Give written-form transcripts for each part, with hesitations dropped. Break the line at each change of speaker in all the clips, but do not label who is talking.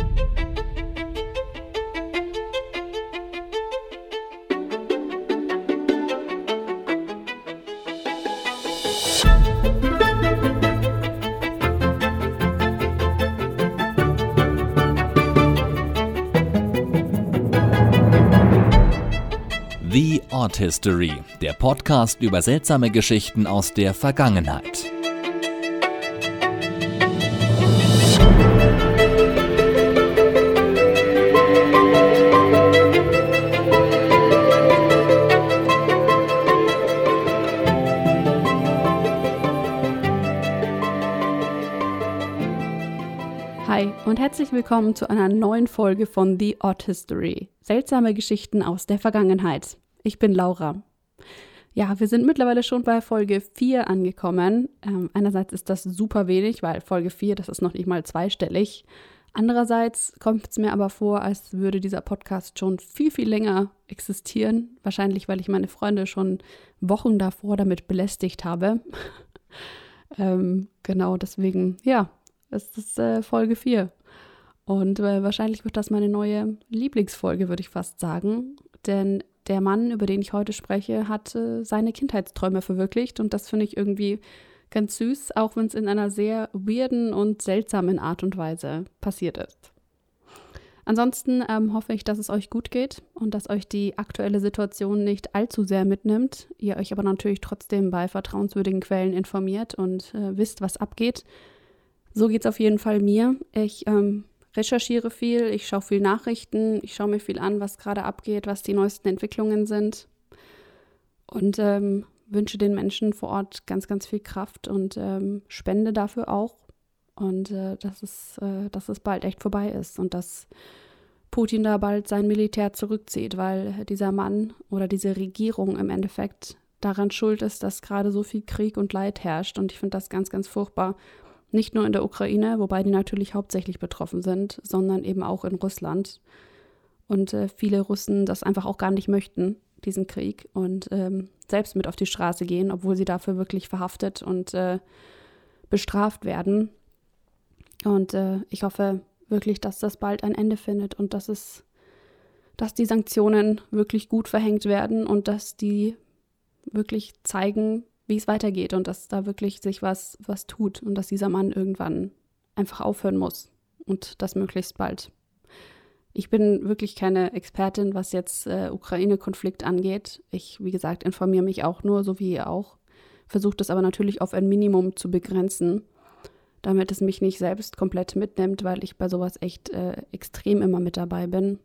The Odd History, der Podcast über seltsame Geschichten aus der Vergangenheit.
Hi und herzlich willkommen zu einer neuen Folge von The Odd History, seltsame Geschichten aus der Vergangenheit. Ich bin Laura. Ja, wir sind mittlerweile schon bei Folge 4 angekommen. Einerseits ist das super wenig, weil Folge 4, das ist noch nicht mal zweistellig. Andererseits kommt es mir aber vor, als würde dieser Podcast schon viel, viel länger existieren. Wahrscheinlich, weil ich meine Freunde schon Wochen davor damit belästigt habe. Genau, deswegen, ja, es ist Folge 4. Und wahrscheinlich wird das meine neue Lieblingsfolge, würde ich fast sagen. Denn der Mann, über den ich heute spreche, hat seine Kindheitsträume verwirklicht und das finde ich irgendwie ganz süß, auch wenn es in einer sehr weirden und seltsamen Art und Weise passiert ist. Ansonsten hoffe ich, dass es euch gut geht und dass euch die aktuelle Situation nicht allzu sehr mitnimmt, ihr euch aber natürlich trotzdem bei vertrauenswürdigen Quellen informiert und wisst, was abgeht. So geht es auf jeden Fall mir. Ich recherchiere viel, ich schaue viel Nachrichten, ich schaue mir viel an, was gerade abgeht, was die neuesten Entwicklungen sind und wünsche den Menschen vor Ort ganz, ganz viel Kraft und spende dafür auch und dass es bald echt vorbei ist und dass Putin da bald sein Militär zurückzieht, weil dieser Mann oder diese Regierung im Endeffekt daran schuld ist, dass gerade so viel Krieg und Leid herrscht und ich finde das ganz, ganz furchtbar. Nicht nur in der Ukraine, wobei die natürlich hauptsächlich betroffen sind, sondern eben auch in Russland. Und viele Russen das einfach auch gar nicht möchten, diesen Krieg, und selbst mit auf die Straße gehen, obwohl sie dafür wirklich verhaftet und bestraft werden. Und ich hoffe wirklich, dass das bald ein Ende findet und dass die Sanktionen wirklich gut verhängt werden und dass die wirklich zeigen, wie es weitergeht und dass da wirklich sich was tut und dass dieser Mann irgendwann einfach aufhören muss und das möglichst bald. Ich bin wirklich keine Expertin, was jetzt Ukraine-Konflikt angeht. Ich, wie gesagt, informiere mich auch nur, so wie ihr auch. Versuche das aber natürlich auf ein Minimum zu begrenzen, damit es mich nicht selbst komplett mitnimmt, weil ich bei sowas echt extrem immer mit dabei bin.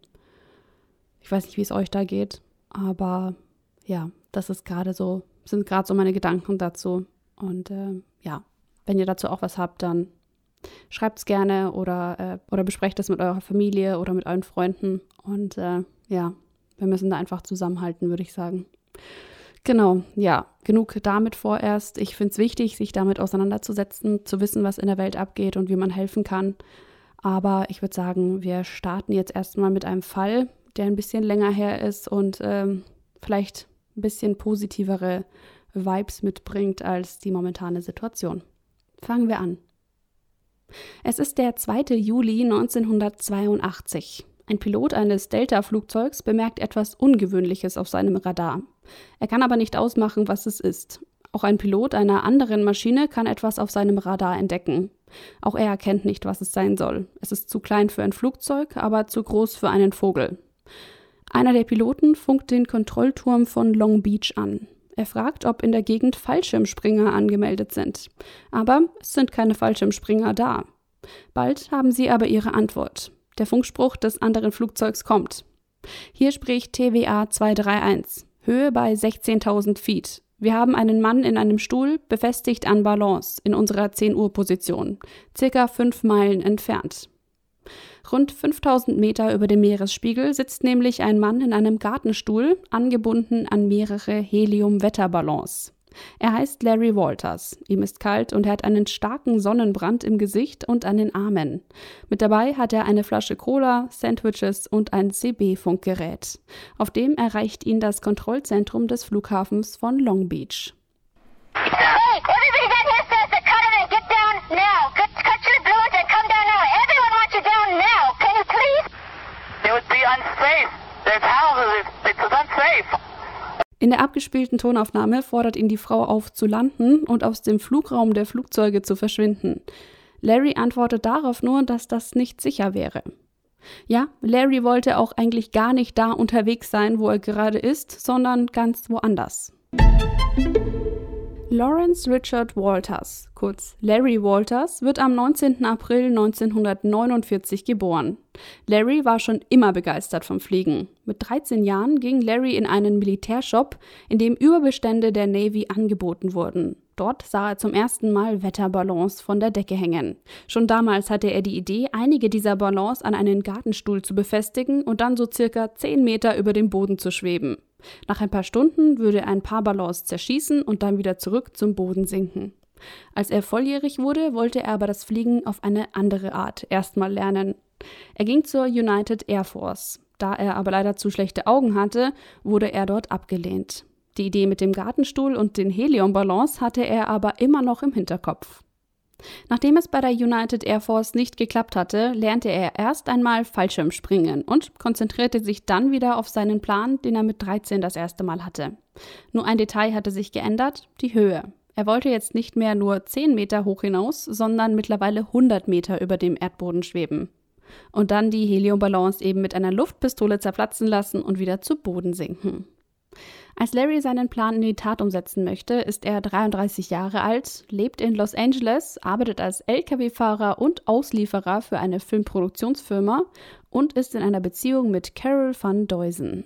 Ich weiß nicht, wie es euch da geht, aber ja, das ist sind gerade so meine Gedanken dazu. Und ja, wenn ihr dazu auch was habt, dann schreibt es gerne oder besprecht es mit eurer Familie oder mit euren Freunden. Und ja, wir müssen da einfach zusammenhalten, würde ich sagen. Genau, ja, genug damit vorerst. Ich finde es wichtig, sich damit auseinanderzusetzen, zu wissen, was in der Welt abgeht und wie man helfen kann. Aber ich würde sagen, wir starten jetzt erstmal mit einem Fall, der ein bisschen länger her ist und vielleicht ein bisschen positivere Vibes mitbringt als die momentane Situation. Fangen wir an. Es ist der 2. Juli 1982. Ein Pilot eines Delta-Flugzeugs bemerkt etwas Ungewöhnliches auf seinem Radar. Er kann aber nicht ausmachen, was es ist. Auch ein Pilot einer anderen Maschine kann etwas auf seinem Radar entdecken. Auch er erkennt nicht, was es sein soll. Es ist zu klein für ein Flugzeug, aber zu groß für einen Vogel. Einer der Piloten funkt den Kontrollturm von Long Beach an. Er fragt, ob in der Gegend Fallschirmspringer angemeldet sind. Aber es sind keine Fallschirmspringer da. Bald haben sie aber ihre Antwort. Der Funkspruch des anderen Flugzeugs kommt. Hier spricht TWA 231. Höhe bei 16.000 Feet. Wir haben einen Mann in einem Stuhl, befestigt an Balance, in unserer 10 Uhr Position. Circa 5 Meilen entfernt. Rund 5000 Meter über dem Meeresspiegel sitzt nämlich ein Mann in einem Gartenstuhl, angebunden an mehrere Helium-Wetterballons. Er heißt Larry Walters. Ihm ist kalt und er hat einen starken Sonnenbrand im Gesicht und an den Armen. Mit dabei hat er eine Flasche Cola, Sandwiches und ein CB-Funkgerät. Auf dem erreicht ihn das Kontrollzentrum des Flughafens von Long Beach.
Hey, everybody down here says to cut it and get down now. Cut your blows and come down now. Everyone wants you down now. Can you
In der abgespielten Tonaufnahme fordert ihn die Frau auf, zu landen und aus dem Flugraum der Flugzeuge zu verschwinden. Larry antwortet darauf nur, dass das nicht sicher wäre. Ja, Larry wollte auch eigentlich gar nicht da unterwegs sein, wo er gerade ist, sondern ganz woanders. Lawrence Richard Walters, kurz Larry Walters, wird am 19. April 1949 geboren. Larry war schon immer begeistert vom Fliegen. Mit 13 Jahren ging Larry in einen Militärshop, in dem Überbestände der Navy angeboten wurden. Dort sah er zum ersten Mal Wetterballons von der Decke hängen. Schon damals hatte er die Idee, einige dieser Ballons an einen Gartenstuhl zu befestigen und dann so circa 10 Meter über dem Boden zu schweben. Nach ein paar Stunden würde er ein paar Ballons zerschießen und dann wieder zurück zum Boden sinken. Als er volljährig wurde, wollte er aber das Fliegen auf eine andere Art erstmal lernen. Er ging zur United Air Force. Da er aber leider zu schlechte Augen hatte, wurde er dort abgelehnt. Die Idee mit dem Gartenstuhl und den Heliumballons hatte er aber immer noch im Hinterkopf. Nachdem es bei der United Air Force nicht geklappt hatte, lernte er erst einmal Fallschirmspringen und konzentrierte sich dann wieder auf seinen Plan, den er mit 13 das erste Mal hatte. Nur ein Detail hatte sich geändert, die Höhe. Er wollte jetzt nicht mehr nur 10 Meter hoch hinaus, sondern mittlerweile 100 Meter über dem Erdboden schweben. Und dann die Heliumballons eben mit einer Luftpistole zerplatzen lassen und wieder zu Boden sinken. Als Larry seinen Plan in die Tat umsetzen möchte, ist er 33 Jahre alt, lebt in Los Angeles, arbeitet als Lkw-Fahrer und Auslieferer für eine Filmproduktionsfirma und ist in einer Beziehung mit Carol van Duysen.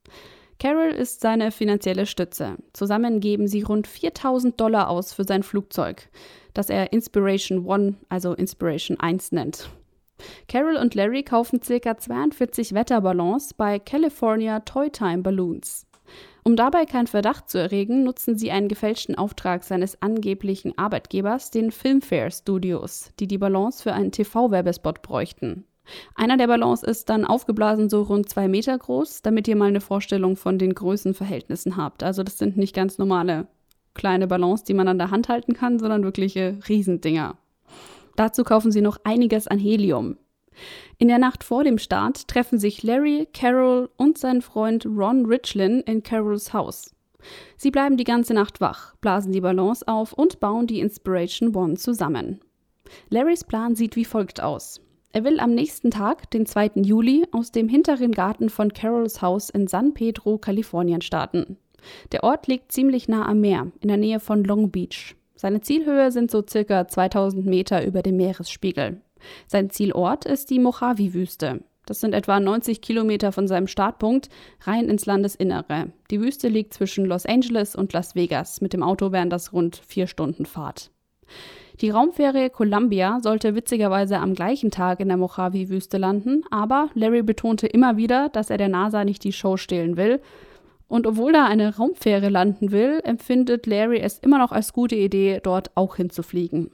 Carol ist seine finanzielle Stütze. Zusammen geben sie rund $4.000 aus für sein Flugzeug, das er Inspiration 1, also Inspiration 1 nennt. Carol und Larry kaufen ca. 42 Wetterballons bei California Toy Time Balloons. Um dabei keinen Verdacht zu erregen, nutzen sie einen gefälschten Auftrag seines angeblichen Arbeitgebers, den Filmfare Studios, die die Ballons für einen TV-Werbespot bräuchten. Einer der Ballons ist dann aufgeblasen so rund 2 Meter groß, damit ihr mal eine Vorstellung von den Größenverhältnissen habt. Also das sind nicht ganz normale kleine Ballons, die man an der Hand halten kann, sondern wirkliche Riesendinger. Dazu kaufen sie noch einiges an Helium. In der Nacht vor dem Start treffen sich Larry, Carol und sein Freund Ron Richlin in Carols Haus. Sie bleiben die ganze Nacht wach, blasen die Ballons auf und bauen die Inspiration 1 zusammen. Larrys Plan sieht wie folgt aus. Er will am nächsten Tag, den 2. Juli, aus dem hinteren Garten von Carols Haus in San Pedro, Kalifornien starten. Der Ort liegt ziemlich nah am Meer, in der Nähe von Long Beach. Seine Zielhöhe sind so circa 2000 Meter über dem Meeresspiegel. Sein Zielort ist die Mojave-Wüste. Das sind etwa 90 Kilometer von seinem Startpunkt rein ins Landesinnere. Die Wüste liegt zwischen Los Angeles und Las Vegas. Mit dem Auto wären das rund 4 Stunden Fahrt. Die Raumfähre Columbia sollte witzigerweise am gleichen Tag in der Mojave-Wüste landen, aber Larry betonte immer wieder, dass er der NASA nicht die Show stehlen will. Und obwohl da eine Raumfähre landen will, empfindet Larry es immer noch als gute Idee, dort auch hinzufliegen.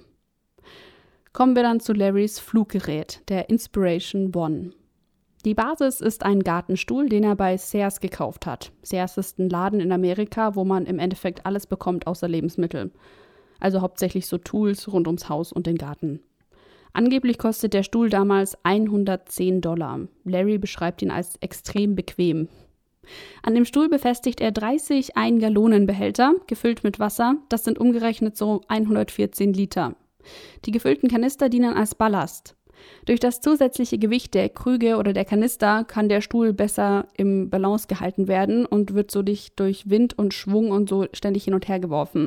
Kommen wir dann zu Larrys Fluggerät, der Inspiration 1. Die Basis ist ein Gartenstuhl, den er bei Sears gekauft hat. Sears ist ein Laden in Amerika, wo man im Endeffekt alles bekommt außer Lebensmittel. Also hauptsächlich so Tools rund ums Haus und den Garten. Angeblich kostet der Stuhl damals $110. Larry beschreibt ihn als extrem bequem. An dem Stuhl befestigt er 30 1-Gallonen-Behälter, gefüllt mit Wasser. Das sind umgerechnet so 114 Liter. Die gefüllten Kanister dienen als Ballast. Durch das zusätzliche Gewicht der Krüge oder der Kanister kann der Stuhl besser im Balance gehalten werden und wird so nicht durch Wind und Schwung und so ständig hin und her geworfen.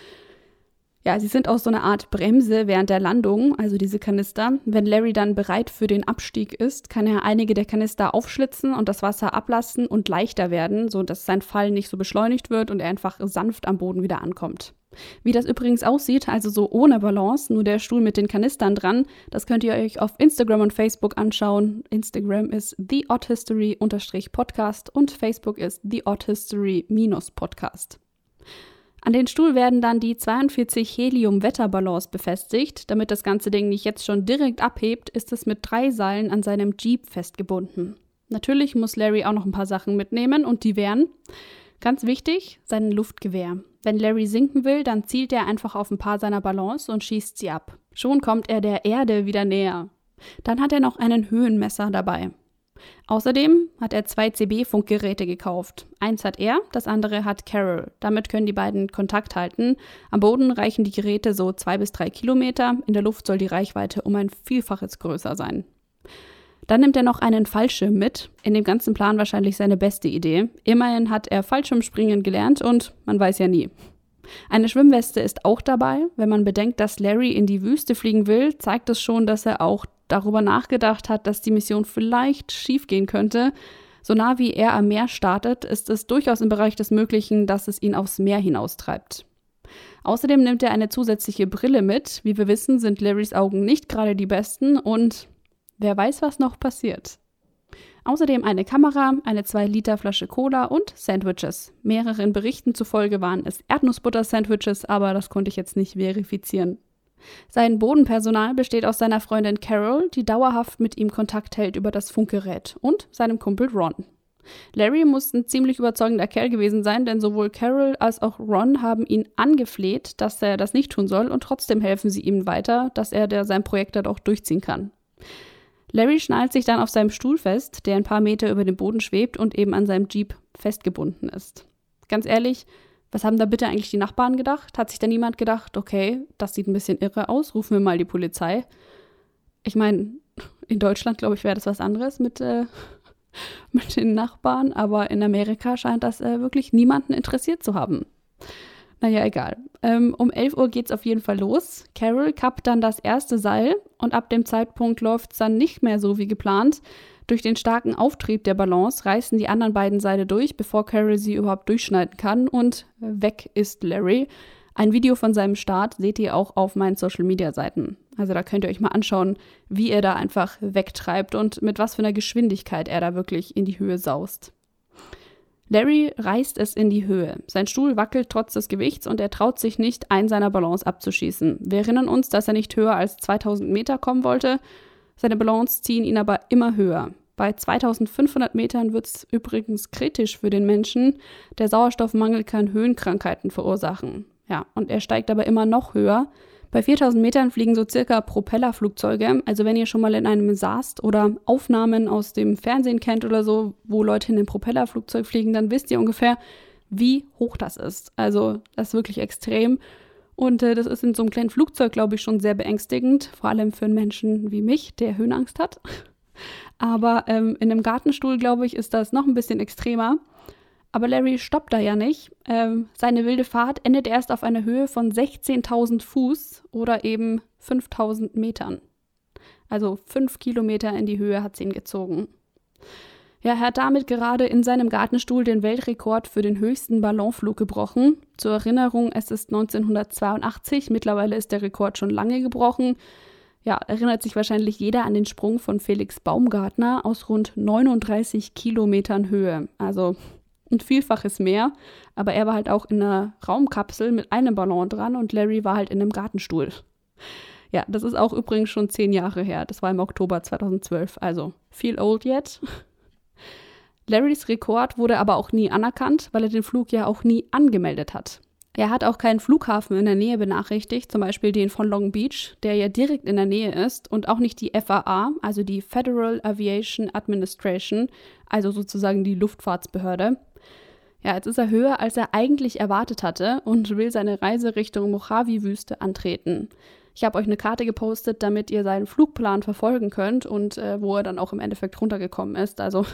Ja, sie sind auch so eine Art Bremse während der Landung, also diese Kanister. Wenn Larry dann bereit für den Abstieg ist, kann er einige der Kanister aufschlitzen und das Wasser ablassen und leichter werden, sodass sein Fall nicht so beschleunigt wird und er einfach sanft am Boden wieder ankommt. Wie das übrigens aussieht, also so ohne Balance, nur der Stuhl mit den Kanistern dran, das könnt ihr euch auf Instagram und Facebook anschauen. Instagram ist theoddhistory_podcast und Facebook ist theoddhistory-podcast. An den Stuhl werden dann die 42 Helium-Wetterballons befestigt. Damit das ganze Ding nicht jetzt schon direkt abhebt, ist es mit 3 Seilen an seinem Jeep festgebunden. Natürlich muss Larry auch noch ein paar Sachen mitnehmen und die wären, ganz wichtig, sein Luftgewehr. Wenn Larry sinken will, dann zielt er einfach auf ein paar seiner Ballons und schießt sie ab. Schon kommt er der Erde wieder näher. Dann hat er noch einen Höhenmesser dabei. Außerdem hat er 2 CB-Funkgeräte gekauft. Eins hat er, das andere hat Carol. Damit können die beiden Kontakt halten. Am Boden reichen die Geräte so 2 bis 3 Kilometer. In der Luft soll die Reichweite um ein Vielfaches größer sein. Dann nimmt er noch einen Fallschirm mit. In dem ganzen Plan wahrscheinlich seine beste Idee. Immerhin hat er Fallschirmspringen gelernt und man weiß ja nie. Eine Schwimmweste ist auch dabei. Wenn man bedenkt, dass Larry in die Wüste fliegen will, zeigt es schon, dass er auch darüber nachgedacht hat, dass die Mission vielleicht schiefgehen könnte. So nah wie er am Meer startet, ist es durchaus im Bereich des Möglichen, dass es ihn aufs Meer hinaustreibt. Außerdem nimmt er eine zusätzliche Brille mit. Wie wir wissen, sind Larrys Augen nicht gerade die besten und wer weiß, was noch passiert. Außerdem eine Kamera, eine 2-Liter-Flasche Cola und Sandwiches. Mehreren Berichten zufolge waren es Erdnussbutter-Sandwiches, aber das konnte ich jetzt nicht verifizieren. Sein Bodenpersonal besteht aus seiner Freundin Carol, die dauerhaft mit ihm Kontakt hält über das Funkgerät, und seinem Kumpel Ron. Larry muss ein ziemlich überzeugender Kerl gewesen sein, denn sowohl Carol als auch Ron haben ihn angefleht, dass er das nicht tun soll, und trotzdem helfen sie ihm weiter, dass er sein Projekt dann auch durchziehen kann. Larry schnallt sich dann auf seinem Stuhl fest, der ein paar Meter über dem Boden schwebt und eben an seinem Jeep festgebunden ist. Ganz ehrlich, was haben da bitte eigentlich die Nachbarn gedacht? Hat sich da niemand gedacht, okay, das sieht ein bisschen irre aus, rufen wir mal die Polizei? Ich meine, in Deutschland, glaube ich, wäre das was anderes mit den Nachbarn, aber in Amerika scheint das wirklich niemanden interessiert zu haben. Naja, egal. Um 11 Uhr geht's auf jeden Fall los. Carol kappt dann das erste Seil und ab dem Zeitpunkt läuft's dann nicht mehr so wie geplant. Durch den starken Auftrieb der Ballons reißen die anderen beiden Seile durch, bevor Carol sie überhaupt durchschneiden kann, und weg ist Larry. Ein Video von seinem Start seht ihr auch auf meinen Social-Media-Seiten. Also da könnt ihr euch mal anschauen, wie er da einfach wegtreibt und mit was für einer Geschwindigkeit er da wirklich in die Höhe saust. Larry reißt es in die Höhe. Sein Stuhl wackelt trotz des Gewichts und er traut sich nicht, einen seiner Ballons abzuschießen. Wir erinnern uns, dass er nicht höher als 2000 Meter kommen wollte. Seine Ballons ziehen ihn aber immer höher. Bei 2500 Metern wird es übrigens kritisch für den Menschen. Der Sauerstoffmangel kann Höhenkrankheiten verursachen. Ja, und er steigt aber immer noch höher. Bei 4000 Metern fliegen so circa Propellerflugzeuge. Also wenn ihr schon mal in einem saßt oder Aufnahmen aus dem Fernsehen kennt oder so, wo Leute in einem Propellerflugzeug fliegen, dann wisst ihr ungefähr, wie hoch das ist. Also das ist wirklich extrem. Und das ist in so einem kleinen Flugzeug, glaube ich, schon sehr beängstigend. Vor allem für einen Menschen wie mich, der Höhenangst hat. Aber in einem Gartenstuhl, glaube ich, ist das noch ein bisschen extremer. Aber Larry stoppt da ja nicht. Seine wilde Fahrt endet erst auf einer Höhe von 16.000 Fuß oder eben 5.000 Metern. Also 5 Kilometer in die Höhe hat sie ihn gezogen. Ja, er hat damit gerade in seinem Gartenstuhl den Weltrekord für den höchsten Ballonflug gebrochen. Zur Erinnerung, es ist 1982, mittlerweile ist der Rekord schon lange gebrochen. Ja, erinnert sich wahrscheinlich jeder an den Sprung von Felix Baumgartner aus rund 39 Kilometern Höhe. Also ein Vielfaches mehr, aber er war halt auch in einer Raumkapsel mit einem Ballon dran und Larry war halt in einem Gartenstuhl. Ja, das ist auch übrigens schon 10 Jahre her. Das war im Oktober 2012, also feel old yet. Larrys Rekord wurde aber auch nie anerkannt, weil er den Flug ja auch nie angemeldet hat. Er hat auch keinen Flughafen in der Nähe benachrichtigt, zum Beispiel den von Long Beach, der ja direkt in der Nähe ist, und auch nicht die FAA, also die Federal Aviation Administration, also sozusagen die Luftfahrtsbehörde. Ja, jetzt ist er höher, als er eigentlich erwartet hatte und will seine Reise Richtung Mojave-Wüste antreten. Ich habe euch eine Karte gepostet, damit ihr seinen Flugplan verfolgen könnt und wo er dann auch im Endeffekt runtergekommen ist. Also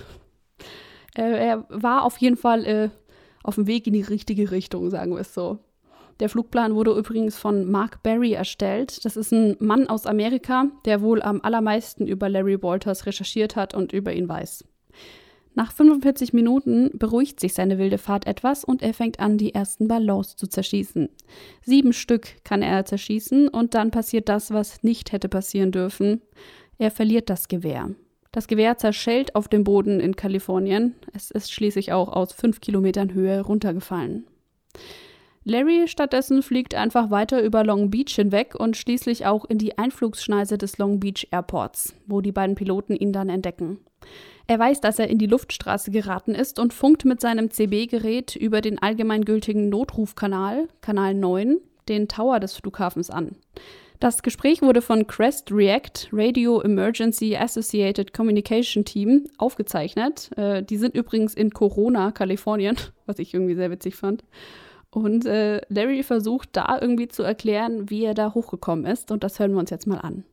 er war auf jeden Fall auf dem Weg in die richtige Richtung, sagen wir es so. Der Flugplan wurde übrigens von Mark Berry erstellt. Das ist ein Mann aus Amerika, der wohl am allermeisten über Larry Walters recherchiert hat und über ihn weiß. Nach 45 Minuten beruhigt sich seine wilde Fahrt etwas und er fängt an, die ersten Ballons zu zerschießen. 7 Stück kann er zerschießen und dann passiert das, was nicht hätte passieren dürfen. Er verliert das Gewehr. Das Gewehr zerschellt auf dem Boden in Kalifornien. Es ist schließlich auch aus 5 Kilometern Höhe runtergefallen. Larry stattdessen fliegt einfach weiter über Long Beach hinweg und schließlich auch in die Einflugsschneise des Long Beach Airports, wo die beiden Piloten ihn dann entdecken. Er weiß, dass er in die Luftstraße geraten ist und funkt mit seinem CB-Gerät über den allgemeingültigen Notrufkanal, Kanal 9, den Tower des Flughafens an. Das Gespräch wurde von Crest React, Radio Emergency Associated Communication Team, aufgezeichnet. Die sind übrigens in Corona, Kalifornien, was ich irgendwie sehr witzig fand. Und Larry versucht da irgendwie zu erklären, wie er da hochgekommen ist. Und das hören wir uns jetzt mal an.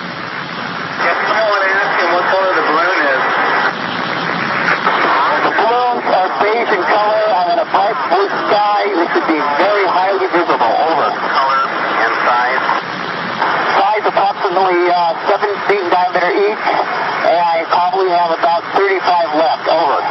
Beige in color and a bright blue sky. This should be very highly visible. Over. Color and size. Size approximately 7 feet in diameter each, and I probably have about 35 left. Over.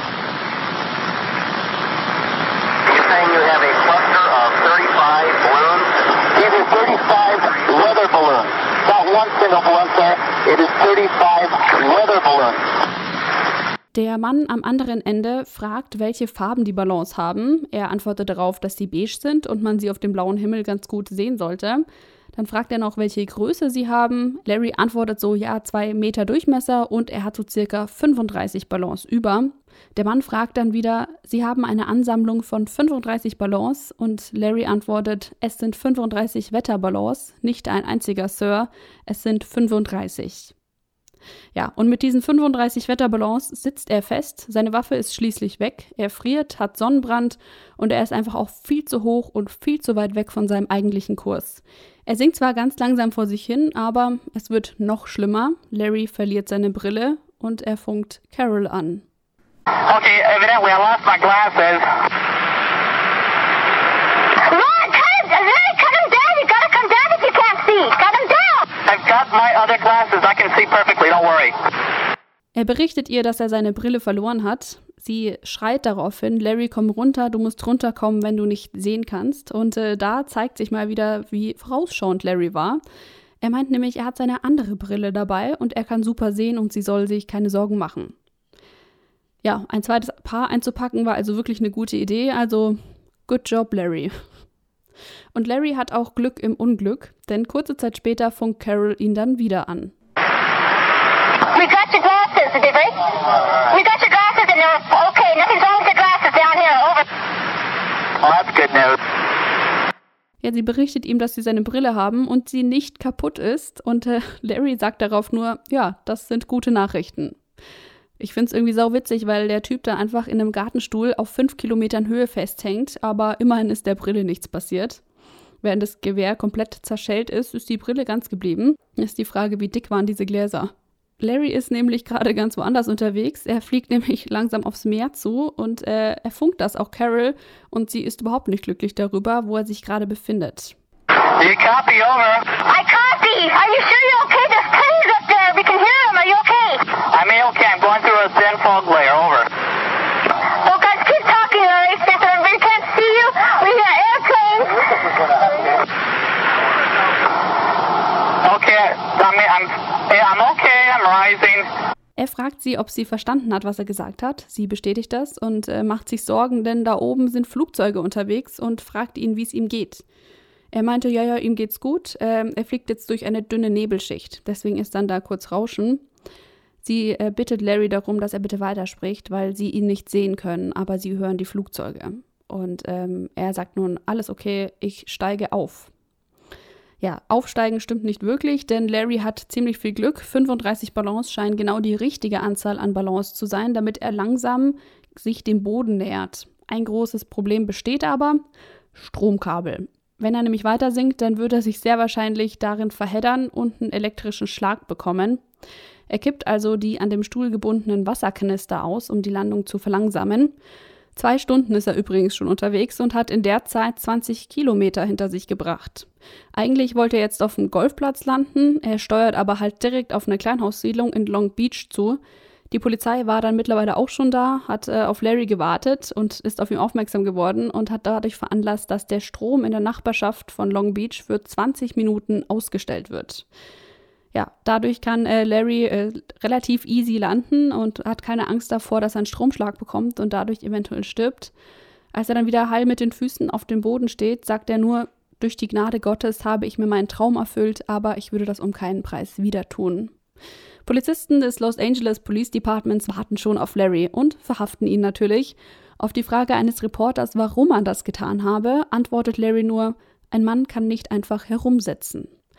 You're saying you have a cluster of 35 balloons? These are 35 weather balloons. Not one single balloon, sir. It is 35 weather balloons.
Der Mann am anderen Ende fragt, welche Farben die Ballons haben. Er antwortet darauf, dass sie beige sind und man sie auf dem blauen Himmel ganz gut sehen sollte. Dann fragt er noch, welche Größe sie haben. Larry antwortet so, ja, 2 Meter Durchmesser und er hat so circa 35 Ballons über. Der Mann fragt dann wieder, sie haben eine Ansammlung von 35 Ballons und Larry antwortet, es sind 35 Wetterballons, nicht ein einziger, Sir, es sind 35. Ja, und mit diesen 35 Wetterballons sitzt er fest, seine Waffe ist schließlich weg, er friert, hat Sonnenbrand und er ist einfach auch viel zu hoch und viel zu weit weg von seinem eigentlichen Kurs. Er sinkt zwar ganz langsam vor sich hin, aber es wird noch schlimmer. Larry verliert seine Brille und er funkt Carol an.
Okay, evidently I lost my glasses.
Run, cut him down. You gotta come down if you can't see. Cut him down.
I've got my other glasses. I can see perfectly. Don't worry.
Er berichtet ihr, dass er seine Brille verloren hat. Sie schreit daraufhin, Larry, komm runter, du musst runterkommen, wenn du nicht sehen kannst. Und da zeigt sich mal wieder, wie vorausschauend Larry war. Er meint nämlich, er hat seine andere Brille dabei und er kann super sehen und sie soll sich keine Sorgen machen. Ja, ein zweites Paar einzupacken war also wirklich eine gute Idee, also good job, Larry. Und Larry hat auch Glück im Unglück, denn kurze Zeit später funkt Carol ihn dann wieder an.
We got your glasses, did we? We got your glasses and they're okay. Nothing's wrong with your glasses down here. Over.
Well, that's good news.
Ja, sie berichtet ihm, dass sie seine Brille haben und sie nicht kaputt ist. Und Larry sagt darauf nur, ja, das sind gute Nachrichten. Ich finde es irgendwie sauwitzig, weil der Typ da einfach in einem Gartenstuhl auf 5 Kilometern Höhe festhängt, aber immerhin ist der Brille nichts passiert. Während das Gewehr komplett zerschellt ist, ist die Brille ganz geblieben. Ist die Frage, wie dick waren diese Gläser? Larry ist nämlich gerade ganz woanders unterwegs. Er fliegt nämlich langsam aufs Meer zu und er funkt das auch Carol und sie ist überhaupt nicht glücklich darüber, wo er sich gerade befindet.
You copy, over.
I copy. Are you sure you're okay? There's planes up there. We can hear them. Are you okay?
I'm okay. I'm going through a thin fog layer, over.
Oh, guys, keep talking, Larry. We can't see you. We hear airplanes.
Okay, I'm okay. I'm rising.
Er fragt sie, ob sie verstanden hat, was er gesagt hat. Sie bestätigt das und macht sich Sorgen, denn da oben sind Flugzeuge unterwegs und fragt ihn, wie es ihm geht. Er meinte, ja, ihm geht's gut. Er fliegt jetzt durch eine dünne Nebelschicht. Deswegen ist dann da kurz Rauschen. Sie bittet Larry darum, dass er bitte weiterspricht, weil sie ihn nicht sehen können, aber sie hören die Flugzeuge. Und er sagt nun, alles okay, ich steige auf. Ja, aufsteigen stimmt nicht wirklich, denn Larry hat ziemlich viel Glück. 35 Ballons scheinen genau die richtige Anzahl an Ballons zu sein, damit er langsam sich dem Boden nähert. Ein großes Problem besteht aber, Stromkabel. Wenn er nämlich weiter sinkt, dann wird er sich sehr wahrscheinlich darin verheddern und einen elektrischen Schlag bekommen. Er kippt also die an dem Stuhl gebundenen Wasserkanister aus, um die Landung zu verlangsamen. 2 Stunden ist er übrigens schon unterwegs und hat in der Zeit 20 Kilometer hinter sich gebracht. Eigentlich wollte er jetzt auf dem Golfplatz landen, er steuert aber halt direkt auf eine Kleinhaussiedlung in Long Beach zu. Die Polizei war dann mittlerweile auch schon da, hat auf Larry gewartet und ist auf ihn aufmerksam geworden und hat dadurch veranlasst, dass der Strom in der Nachbarschaft von Long Beach für 20 Minuten ausgestellt wird. Ja, dadurch kann Larry relativ easy landen und hat keine Angst davor, dass er einen Stromschlag bekommt und dadurch eventuell stirbt. Als er dann wieder heil mit den Füßen auf dem Boden steht, sagt er nur, durch die Gnade Gottes habe ich mir meinen Traum erfüllt, aber ich würde das um keinen Preis wieder tun. Polizisten des Los Angeles Police Departments warten schon auf Larry und verhaften ihn natürlich. Auf die Frage eines Reporters, warum er das getan habe, antwortet Larry nur, ein Mann kann nicht einfach herumsitzen.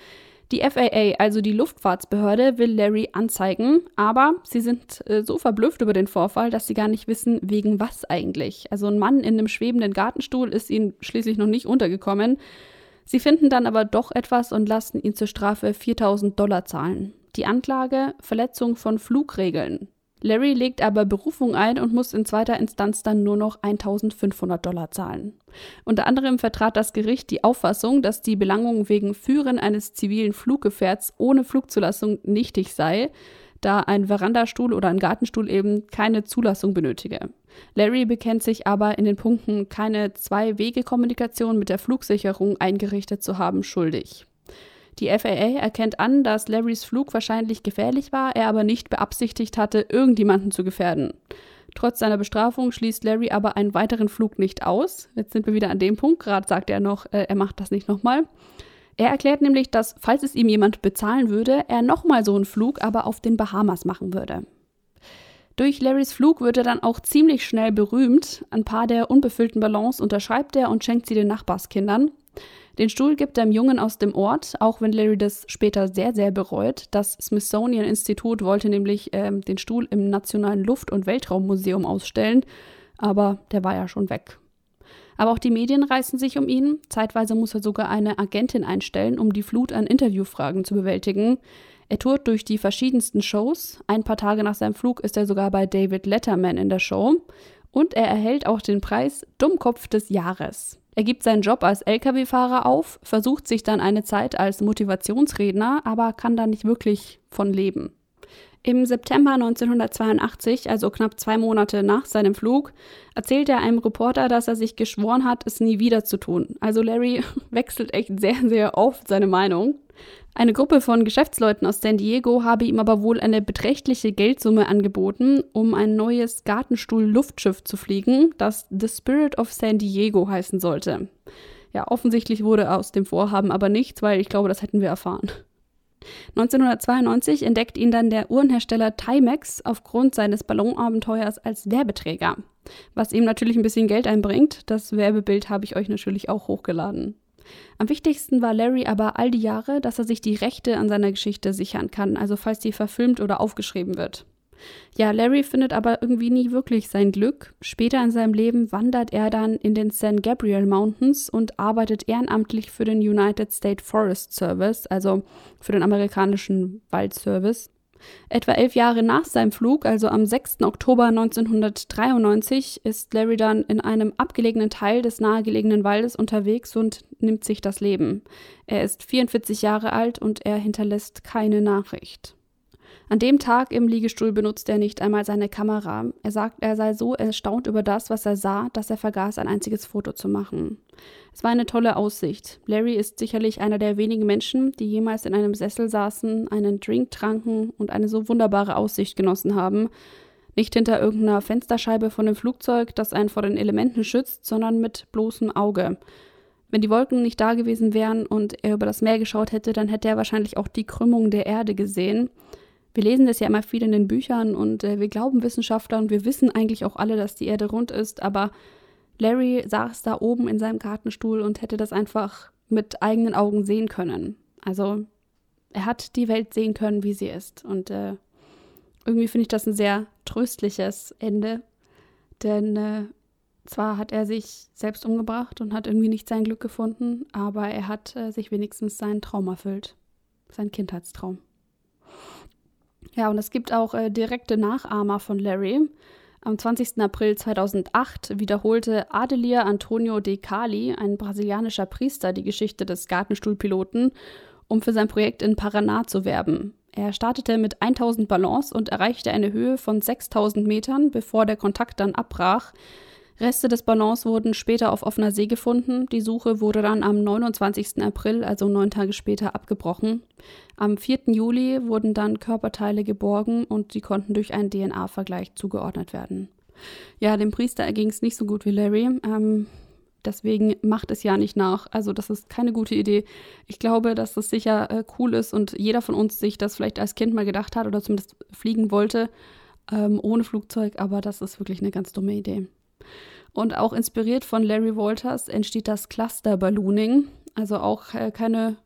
Die FAA, also die Luftfahrtsbehörde, will Larry anzeigen, aber sie sind so verblüfft über den Vorfall, dass sie gar nicht wissen, wegen was eigentlich. Also ein Mann in einem schwebenden Gartenstuhl ist ihnen schließlich noch nicht untergekommen. Sie finden dann aber doch etwas und lassen ihn zur Strafe $4.000 zahlen. Die Anklage: Verletzung von Flugregeln. Larry legt aber Berufung ein und muss in zweiter Instanz dann nur noch $1.500 zahlen. Unter anderem vertrat das Gericht die Auffassung, dass die Belangung wegen Führen eines zivilen Fluggefährts ohne Flugzulassung nichtig sei, da ein Verandastuhl oder ein Gartenstuhl eben keine Zulassung benötige. Larry bekennt sich aber in den Punkten, keine Zwei-Wege-Kommunikation mit der Flugsicherung eingerichtet zu haben, schuldig. Die FAA erkennt an, dass Larrys Flug wahrscheinlich gefährlich war, er aber nicht beabsichtigt hatte, irgendjemanden zu gefährden. Trotz seiner Bestrafung schließt Larry aber einen weiteren Flug nicht aus. Jetzt sind wir wieder an dem Punkt, gerade sagt er noch, er macht das nicht nochmal. Er erklärt nämlich, dass, falls es ihm jemand bezahlen würde, er nochmal so einen Flug aber auf den Bahamas machen würde. Durch Larrys Flug wird er dann auch ziemlich schnell berühmt. Ein paar der unbefüllten Ballons unterschreibt er und schenkt sie den Nachbarskindern. Den Stuhl gibt er einem Jungen aus dem Ort, auch wenn Larry das später sehr, sehr bereut. Das Smithsonian-Institut wollte nämlich den Stuhl im Nationalen Luft- und Weltraummuseum ausstellen, aber der war ja schon weg. Aber auch die Medien reißen sich um ihn. Zeitweise muss er sogar eine Agentin einstellen, um die Flut an Interviewfragen zu bewältigen. Er tourt durch die verschiedensten Shows. Ein paar Tage nach seinem Flug ist er sogar bei David Letterman in der Show. Und er erhält auch den Preis Dummkopf des Jahres. Er gibt seinen Job als Lkw-Fahrer auf, versucht sich dann eine Zeit als Motivationsredner, aber kann da nicht wirklich von leben. Im September 1982, also knapp 2 Monate nach seinem Flug, erzählt er einem Reporter, dass er sich geschworen hat, es nie wieder zu tun. Also Larry wechselt echt sehr, sehr oft seine Meinung. Eine Gruppe von Geschäftsleuten aus San Diego habe ihm aber wohl eine beträchtliche Geldsumme angeboten, um ein neues Gartenstuhl-Luftschiff zu fliegen, das The Spirit of San Diego heißen sollte. Ja, offensichtlich wurde aus dem Vorhaben aber nichts, weil ich glaube, das hätten wir erfahren. 1992 entdeckt ihn dann der Uhrenhersteller Timex aufgrund seines Ballonabenteuers als Werbeträger, was ihm natürlich ein bisschen Geld einbringt. Das Werbebild habe ich euch natürlich auch hochgeladen. Am wichtigsten war Larry aber all die Jahre, dass er sich die Rechte an seiner Geschichte sichern kann, also falls die verfilmt oder aufgeschrieben wird. Ja, Larry findet aber irgendwie nie wirklich sein Glück. Später in seinem Leben wandert er dann in den San Gabriel Mountains und arbeitet ehrenamtlich für den United States Forest Service, also für den amerikanischen Waldservice. Etwa 11 Jahre nach seinem Flug, also am 6. Oktober 1993, ist Larry dann in einem abgelegenen Teil des nahegelegenen Waldes unterwegs und nimmt sich das Leben. Er ist 44 Jahre alt und er hinterlässt keine Nachricht. An dem Tag im Liegestuhl benutzt er nicht einmal seine Kamera. Er sagt, er sei so erstaunt über das, was er sah, dass er vergaß, ein einziges Foto zu machen. Es war eine tolle Aussicht. Larry ist sicherlich einer der wenigen Menschen, die jemals in einem Sessel saßen, einen Drink tranken und eine so wunderbare Aussicht genossen haben. Nicht hinter irgendeiner Fensterscheibe von dem Flugzeug, das einen vor den Elementen schützt, sondern mit bloßem Auge. Wenn die Wolken nicht da gewesen wären und er über das Meer geschaut hätte, dann hätte er wahrscheinlich auch die Krümmung der Erde gesehen. Wir lesen das ja immer viel in den Büchern und wir glauben Wissenschaftler und wir wissen eigentlich auch alle, dass die Erde rund ist, aber Larry saß da oben in seinem Gartenstuhl und hätte das einfach mit eigenen Augen sehen können. Also er hat die Welt sehen können, wie sie ist. Und irgendwie finde ich das ein sehr tröstliches Ende, denn zwar hat er sich selbst umgebracht und hat irgendwie nicht sein Glück gefunden, aber er hat sich wenigstens seinen Traum erfüllt, seinen Kindheitstraum. Ja, und es gibt auch direkte Nachahmer von Larry. Am 20. April 2008 wiederholte Adelir Antonio de Cali, ein brasilianischer Priester, die Geschichte des Gartenstuhlpiloten, um für sein Projekt in Paraná zu werben. Er startete mit 1000 Ballons und erreichte eine Höhe von 6000 Metern, bevor der Kontakt dann abbrach. Reste des Ballons wurden später auf offener See gefunden. Die Suche wurde dann am 29. April, also 9 Tage später, abgebrochen. Am 4. Juli wurden dann Körperteile geborgen und die konnten durch einen DNA-Vergleich zugeordnet werden. Ja, dem Priester erging es nicht so gut wie Larry. Deswegen macht es ja nicht nach. Also das ist keine gute Idee. Ich glaube, dass das sicher cool ist und jeder von uns sich das vielleicht als Kind mal gedacht hat oder zumindest fliegen wollte, ohne Flugzeug. Aber das ist wirklich eine ganz dumme Idee. Und auch inspiriert von Larry Walters entsteht das Cluster Ballooning, also auch keine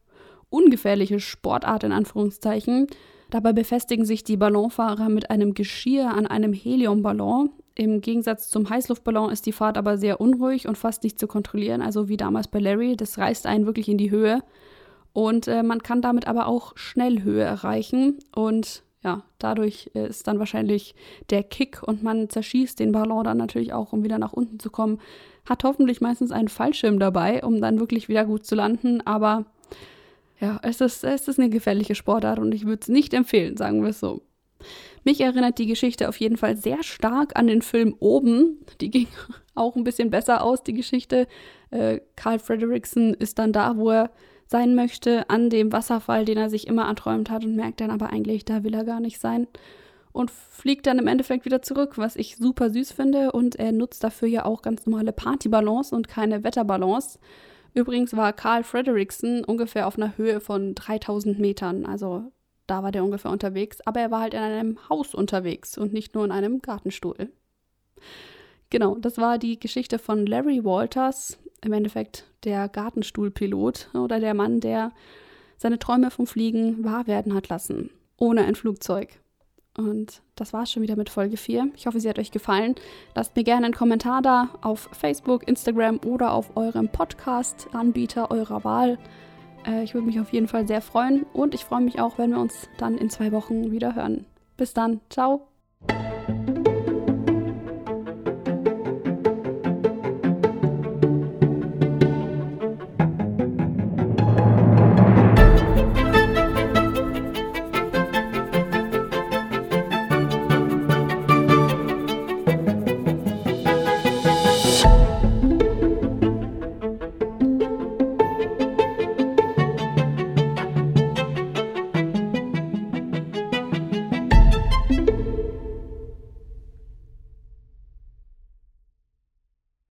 ungefährliche Sportart in Anführungszeichen. Dabei befestigen sich die Ballonfahrer mit einem Geschirr an einem Heliumballon. Im Gegensatz zum Heißluftballon ist die Fahrt aber sehr unruhig und fast nicht zu kontrollieren, also wie damals bei Larry. Das reißt einen wirklich in die Höhe und man kann damit aber auch schnell Höhe erreichen und ja, dadurch ist dann wahrscheinlich der Kick und man zerschießt den Ballon dann natürlich auch, um wieder nach unten zu kommen. Hat hoffentlich meistens einen Fallschirm dabei, um dann wirklich wieder gut zu landen, aber ja, es ist eine gefährliche Sportart und ich würde es nicht empfehlen, sagen wir es so. Mich erinnert die Geschichte auf jeden Fall sehr stark an den Film Oben. Die ging auch ein bisschen besser aus, die Geschichte. Carl Fredricksen ist dann da, wo er sein möchte, an dem Wasserfall, den er sich immer erträumt hat und merkt dann aber eigentlich, da will er gar nicht sein. Und fliegt dann im Endeffekt wieder zurück, was ich super süß finde. Und er nutzt dafür ja auch ganz normale Partyballons und keine Wetterballons. Übrigens war Carl Fredricksen ungefähr auf einer Höhe von 3000 Metern, also da war der ungefähr unterwegs, aber er war halt in einem Haus unterwegs und nicht nur in einem Gartenstuhl. Genau, das war die Geschichte von Larry Walters, im Endeffekt der Gartenstuhlpilot oder der Mann, der seine Träume vom Fliegen wahr werden hat lassen, ohne ein Flugzeug. Und das war's schon wieder mit Folge 4. Ich hoffe, sie hat euch gefallen. Lasst mir gerne einen Kommentar da auf Facebook, Instagram oder auf eurem Podcast-Anbieter eurer Wahl. Ich würde mich auf jeden Fall sehr freuen und ich freue mich auch, wenn wir uns dann in 2 Wochen wieder hören. Bis dann. Ciao.